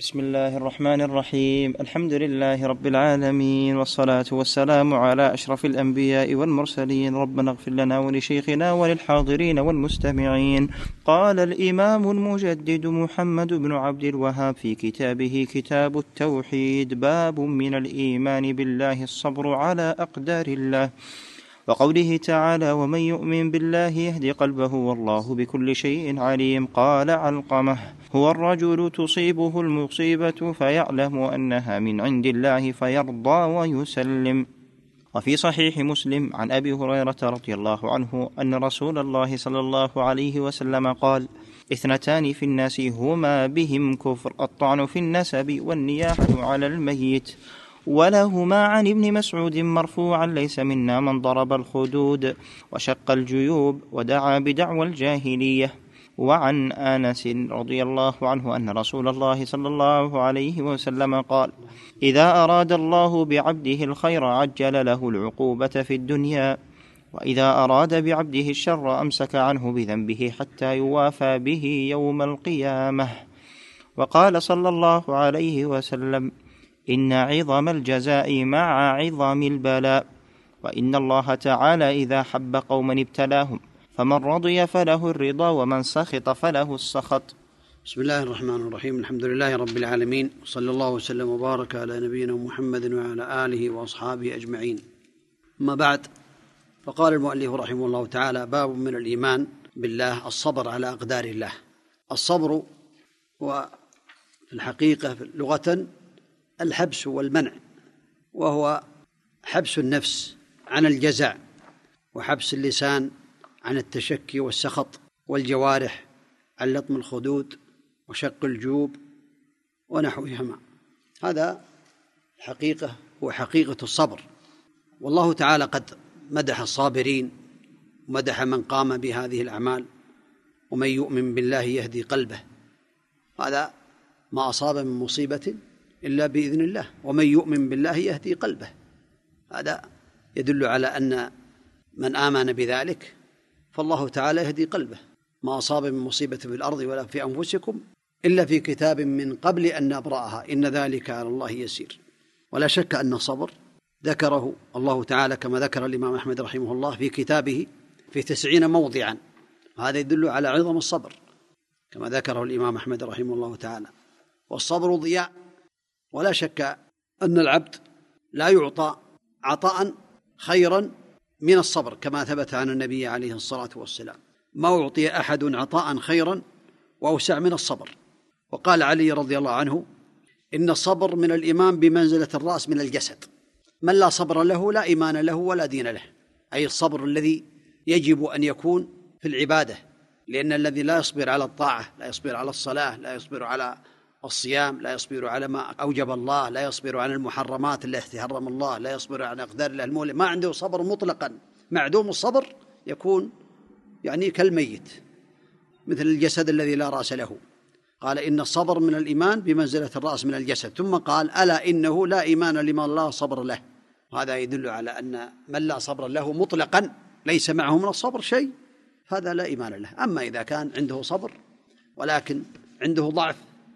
بسم الله الرحمن الرحيم. الحمد لله رب العالمين، والصلاة والسلام على أشرف الأنبياء والمرسلين. ربنا اغفر لنا ولشيخنا وللحاضرين والمستمعين. قال الإمام المجدد محمد بن عبد الوهاب في كتابه كتاب التوحيد: باب من الإيمان بالله الصبر على أقدار الله. وقوله تعالى: ومن يؤمن بالله يهدي قلبه والله بكل شيء عليم. قال علقمة: هو الرجل تصيبه المصيبة فيعلم أنها من عند الله فيرضى ويسلم. وفي صحيح مسلم عن أبي هريرة رضي الله عنه أن رسول الله صلى الله عليه وسلم قال: اثنتان في الناس هما بهم كفر: الطعن في النسب والنياحة على الميت. ولهما عن ابن مسعود مرفوعا: ليس منا من ضرب الخدود وشق الجيوب ودعا بدعوى الجاهلية. وعن أنس رضي الله عنه أن رسول الله صلى الله عليه وسلم قال: إذا أراد الله بعبده الخير عجل له العقوبة في الدنيا، وإذا أراد بعبده الشر أمسك عنه بذنبه حتى يوافى به يوم القيامة. وقال صلى الله عليه وسلم: إن عظم الجزاء مع عظم البلاء، وإن الله تعالى إذا حب قوما ابتلاهم، فمن رضي فله الرضا ومن سخط فله السخط. بسم الله الرحمن الرحيم. الحمد لله رب العالمين، وصلى الله وسلم وبارك على نبينا محمد وعلى آله وأصحابه أجمعين. أما بعد، فقال المؤلف رحمه الله تعالى: باب من الإيمان بالله الصبر على أقدار الله. الصبر هو في الحقيقة لغة الحبس والمنع، وهو حبس النفس عن الجزع، وحبس اللسان عن التشكي والسخط، والجوارح عن لطم الخدود وشق الجيوب ونحوهما. هذا الحقيقة هو حقيقة الصبر. والله تعالى قد مدح الصابرين ومدح من قام بهذه الأعمال: ومن يؤمن بالله يهدي قلبه. هذا ما أصاب من مصيبة إلا بإذن الله، ومن يؤمن بالله يهدي قلبه. هذا يدل على أن من آمن بذلك فالله تعالى يهدي قلبه. ما أصاب من مصيبة في الأرض ولا في أنفسكم إلا في كتاب من قبل أن نبرأها إن ذلك على الله يسير. ولا شك أن الصبر ذكره الله تعالى كما ذكر الإمام أحمد رحمه الله في كتابه في 90 موضعا. هذا يدل على عظم الصبر كما ذكره الإمام أحمد رحمه الله تعالى. والصبر ضياء، ولا شك أن العبد لا يعطى عطاء خيرا من الصبر، كما ثبت عن النبي عليه الصلاة والسلام: ما أعطي أحد عطاء خيرا وأوسع من الصبر. وقال علي رضي الله عنه: إن الصبر من الإيمان بمنزلة الرأس من الجسد. من لا صبر له لا إيمان له ولا دين له. أي الصبر الذي يجب أن يكون في العبادة، لأن الذي لا يصبر على الطاعة، لا يصبر على الصلاة، لا يصبر على الصيام، لا يصبر على ما أوجب الله، لا يصبر عن المحرمات التي حرم الله، لا يصبر عن أقدار الله المؤلمة، ما عنده صبر مطلقا. معدوم الصبر يكون كالميت، مثل الجسد الذي لا رأس له. قال: إن الصبر من الإيمان بمنزلة الرأس من الجسد. ثم قال: ألا إنه لا إيمان لمن لا صبر له. وهذا يدل على أن من لا صبر له مطلقا ليس معه من الصبر شيء، هذا لا إيمان له. أما إذا كان عنده صبر ولكن عنده ضعف،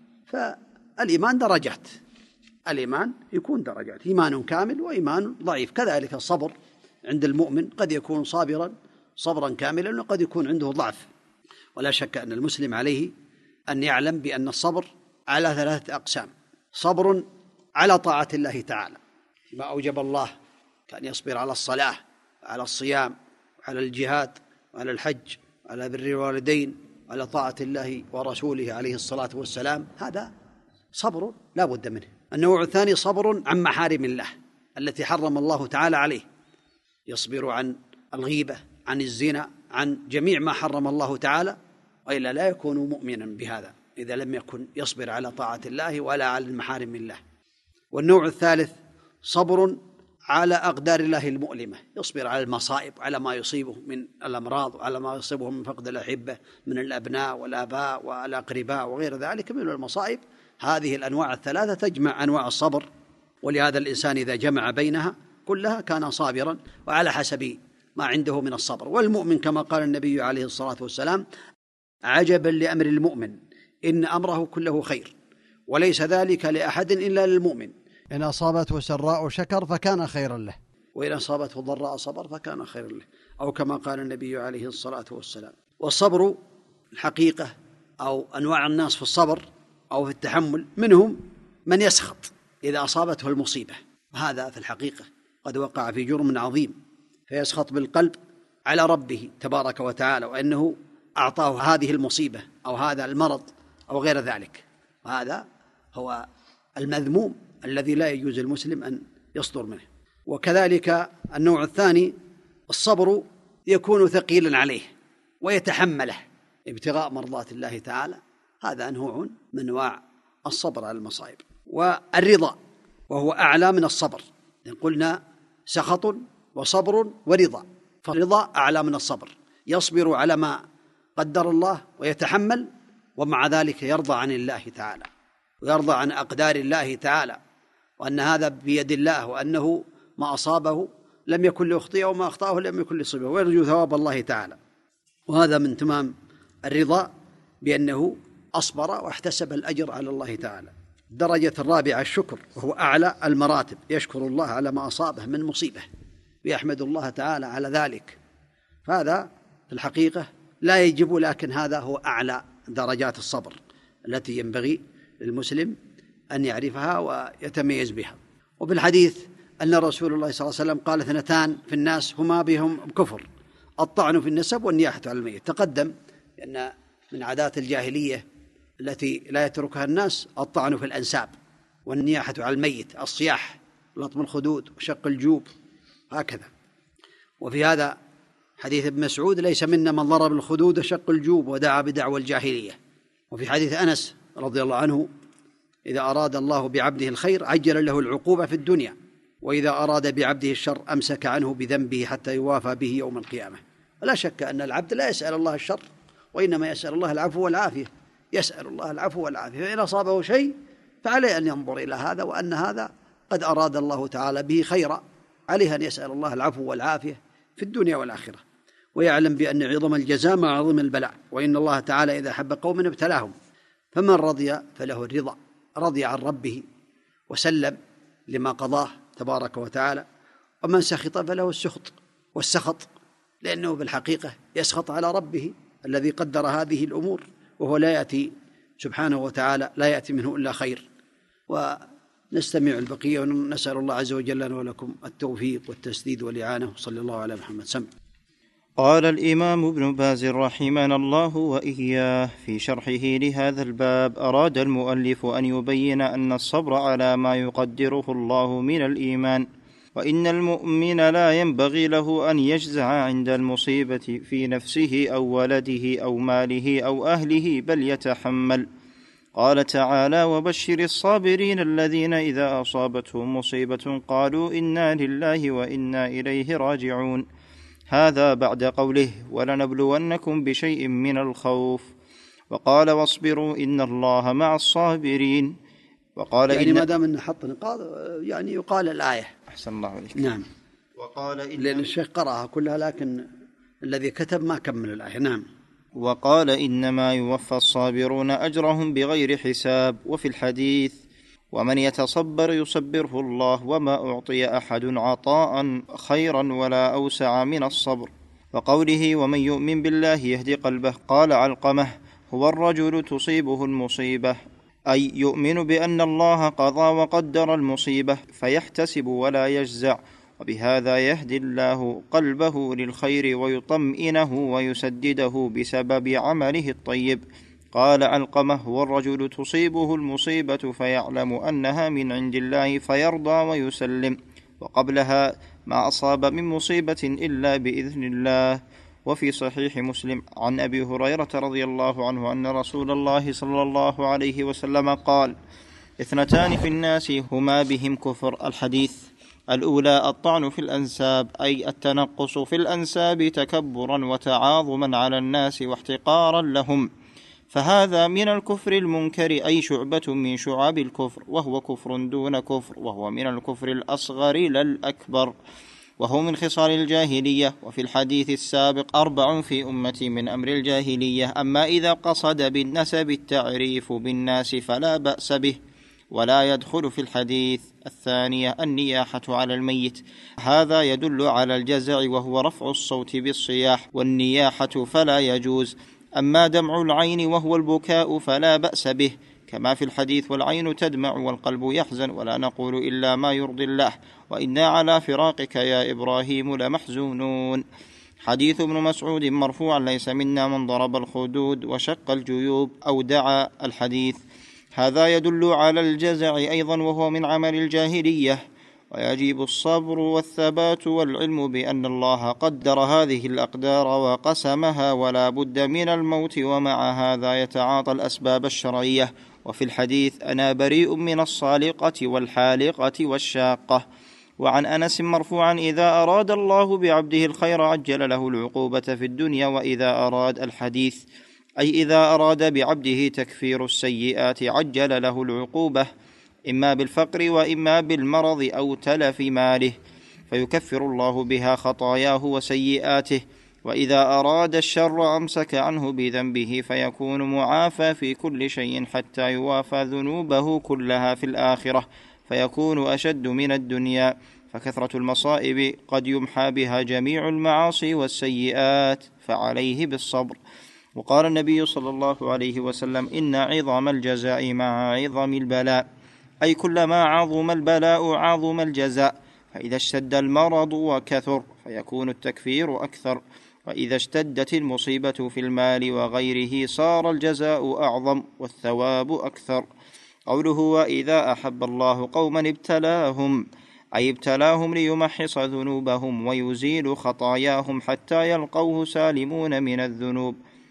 فالإيمان درجات. الإيمان يكون درجات، إيمان كامل وإيمان ضعيف. كذلك الصبر عند المؤمن قد يكون صابرا صبرا كاملا، وقد يكون عنده ضعف. ولا شك أن المسلم عليه أن يعلم بأن الصبر على 3 أقسام: صبر على طاعة الله تعالى ما أوجب الله، كان يصبر على الصلاة وعلى الصيام وعلى الجهاد وعلى الحج وعلى بر الوالدين وعلى طاعة الله ورسوله عليه الصلاة والسلام. هذا صبر لا بد منه. النوع الثاني صبر عن محارم الله التي حرم الله تعالى عليه، يصبر عن الغيبة، عن الزنا، عن جميع ما حرم الله تعالى، وإلا لا يكون مؤمنا بهذا إذا لم يكن يصبر على طاعة الله ولا على المحارم الله. والنوع الثالث صبر على أقدار الله المؤلمة، يصبر على المصائب، على ما يصيبه من الأمراض، وعلى ما يصيبه من فقد الأحبة من الأبناء والآباء والأقرباء وغير ذلك من المصائب. هذه الأنواع الثلاثة تجمع أنواع الصبر، ولهذا الإنسان إذا جمع بينها كلها كان صابرا وعلى حسب ما عنده من الصبر. والمؤمن كما قال النبي عليه الصلاة والسلام: عجبا لأمر المؤمن إن أمره كله خير، وليس ذلك لأحد إلا للمؤمن. إن أصابته سراء شكر فكان خيرا له، وإن أصابته ضراء صبر فكان خيرا له، أو كما قال النبي عليه الصلاة والسلام. والصبر الحقيقة أو أنواع الناس في الصبر أو في التحمل، منهم من يسخط إذا أصابته المصيبة، وهذا في الحقيقة قد وقع في جرم عظيم، فيسخط بالقلب على ربه تبارك وتعالى وأنه أعطاه هذه المصيبة أو هذا المرض أو غير ذلك، وهذا هو المذموم الذي لا يجوز المسلم أن يصدر منه. وكذلك النوع الثاني الصبر يكون ثقيلا عليه ويتحمله ابتغاء مرضات الله تعالى، هذا نوع من أنواع الصبر على المصائب. والرضا وهو أعلى من الصبر، قلنا سخط وصبر ورضا، فالرضا أعلى من الصبر، يصبر على ما قدر الله ويتحمل، ومع ذلك يرضى عن الله تعالى ويرضى عن أقدار الله تعالى، وأن هذا بيد الله، وأنه ما أصابه لم يكن ليخطئه وما أخطأه لم يكن ليصيبه، ويرجو ثواب الله تعالى. وهذا من تمام الرضا بأنه أصبر واحتسب الأجر على الله تعالى. الدرجة الرابعة الشكر، وهو أعلى المراتب، يشكر الله على ما أصابه من مصيبة ويحمد الله تعالى على ذلك، فهذا في الحقيقة لا يجب، لكن هذا هو أعلى درجات الصبر التي ينبغي للمسلم أن يعرفها ويتميز بها. وفي الحديث أن رسول الله صلى الله عليه وسلم قال 2 في الناس هما بهم كفر: الطعن في النسب والنياحة على الميت. تقدم أن من عادات الجاهلية التي لا يتركها الناس الطعن في الأنساب والنياحة على الميت، الصياح ولطم الخدود وشق الجوب هكذا. وفي هذا حديث ابن مسعود: ليس منا من ضرب الخدود وشق الجوب ودعا بدعوى الجاهلية. وفي حديث أنس رضي الله عنه: إذا أراد الله بعبده الخير عجل له العقوبة في الدنيا، وإذا أراد بعبده الشر أمسك عنه بذنبه حتى يوافى به يوم القيامة. ولا شك أن العبد لا يسأل الله الشر، وإنما يسأل الله العفو والعافية، يسأل الله العفو والعافية. فإن أصابه شيء فعليه أن ينظر إلى هذا، وأن هذا قد أراد الله تعالى به خيرا، عليه أن يسأل الله العفو والعافية في الدنيا والآخرة، ويعلم بأن عظم الجزاء مع عظم البلاء، وإن الله تعالى إذا حب قوم ابتلاهم. فمن رضي فله الرضا، رضي عن ربه وسلم لما قضاه تبارك وتعالى، ومن سخط فله السخط والسخط، لأنه بالحقيقة يسخط على ربه الذي قدر هذه الأمور، وهو لا يأتي سبحانه وتعالى لا يأتي منه إلا خير. ونستمع البقية ونسأل الله عز وجل لنا ولكم التوفيق والتسديد والإعانة، صلى الله على محمد. سمع. قال الإمام ابن باز رحمنا الله وإياه في شرحه لهذا الباب: أراد المؤلف أن يبين أن الصبر على ما يقدره الله من الإيمان، وإن المؤمن لا ينبغي له أن يجزع عند المصيبة في نفسه أو ولده أو ماله أو أهله، بل يتحمل. قال تعالى: وبشر الصابرين الذين إذا أصابتهم مصيبة قالوا إنا لله وإنا إليه راجعون. هذا بعد قوله: ولنبلونكم بشيء من الخوف. وقال: واصبروا إن الله مع الصابرين. وقال يعني ما دام أنه حط نقاط يعني يقال الآية. أحسن الله عليك. نعم. وقال لأن الشيخ قرأها كلها لكن الذي كتب ما كمل الآية. نعم. وقال: إنما يوفى الصابرون أجرهم بغير حساب. وفي الحديث: ومن يتصبر يصبره الله، وما أعطي أحد عطاء خيرا ولا أوسع من الصبر. وقوله: ومن يؤمن بالله يهدي قلبه. قال علقمة: هو الرجل تصيبه المصيبة، أي يؤمن بأن الله قضى وقدر المصيبة فيحتسب ولا يجزع، وبهذا يهدي الله قلبه للخير ويطمئنه ويسدده بسبب عمله الطيب. قال علقمة: هو الرجل تصيبه المصيبة فيعلم أنها من عند الله فيرضى ويسلم، وقبلها: ما أصاب من مصيبة إلا بإذن الله. وفي صحيح مسلم عن أبي هريرة رضي الله عنه أن رسول الله صلى الله عليه وسلم قال: 2 في الناس هما بهم كفر. الحديث: الأولى الطعن في الأنساب، أي التنقص في الأنساب تكبرا وتعاظما على الناس واحتقارا لهم، فهذا من الكفر المنكر، أي شعبة من شعاب الكفر، وهو كفر دون كفر، وهو من الكفر الأصغر لا الأكبر. وهو من خصال الجاهلية. وفي الحديث السابق 4 في أمتي من أمر الجاهلية، أما إذا قصد بالنسب التعريف بالناس فلا بأس به ولا يدخل في الحديث. الثانية النياحة على الميت، هذا يدل على الجزع وهو رفع الصوت بالصياح، والنياحة فلا يجوز. أما دمع العين وهو البكاء فلا بأس به كما في الحديث: والعين تدمع والقلب يحزن ولا نقول إلا ما يرضي الله وإنا على فراقك يا إبراهيم لمحزونون. حديث ابن مسعود مرفوعا: ليس منا من ضرب الخدود وشق الجيوب أو دعا. الحديث هذا يدل على الجزع أيضا وهو من عمل الجاهلية، ويجب الصبر والثبات والعلم بأن الله قدر هذه الأقدار وقسمها ولا بد من الموت، ومع هذا يتعاطى الأسباب الشرعية. وفي الحديث: أنا بريء من الصالقة والحالقة والشاقة. وعن أنس مرفوعا: إذا أراد الله بعبده الخير عجل له العقوبة في الدنيا وإذا أراد الحديث، أي إذا أراد بعبده تكفير السيئات عجل له العقوبة إما بالفقر وإما بالمرض أو تلف ماله، فيكفر الله بها خطاياه وسيئاته. وإذا أراد الشر أمسك عنه بذنبه فيكون معافى في كل شيء حتى يوافى ذنوبه كلها في الآخرة فيكون أشد من الدنيا. فكثرة المصائب قد يمحى بها جميع المعاصي والسيئات، فعليه بالصبر. وقال النبي صلى الله عليه وسلم: إن عظم الجزاء مع عظم البلاء، أي كلما عظم البلاء عظم الجزاء. فإذا اشتد المرض وكثر فيكون التكفير أكثر، وإذا اشتدت المصيبة في المال وغيره صار الجزاء أعظم والثواب أكثر. قوله: وإذا أحب الله قوما ابتلاهم، أي ابتلاهم ليمحص ذنوبهم ويزيل خطاياهم حتى يلقوه سالمون من الذنوب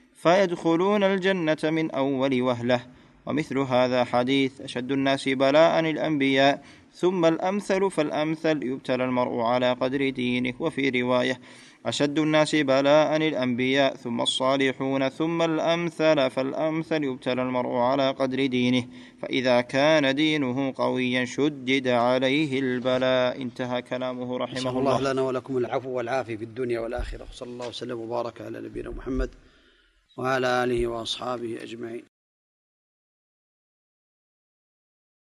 فيدخلون الجنة من أول وهلة. ومثل هذا حديث: أشد الناس بلاء الأنبياء ثم الأمثل فالأمثل، يبتلى المرء على قدر دينه. وفي رواية: أشد الناس بلاء الأنبياء ثم الصالحون ثم الأمثل فالأمثل، يبتلى المرء على قدر دينه، فإذا كان دينه قويا شدد عليه البلاء. انتهى كلامه رحمه الله. الله لنا ولكم العفو والعافية في الدنيا والآخرة، صلى الله وسلم وبارك على نبينا محمد وعلى آله وأصحابه أجمعين.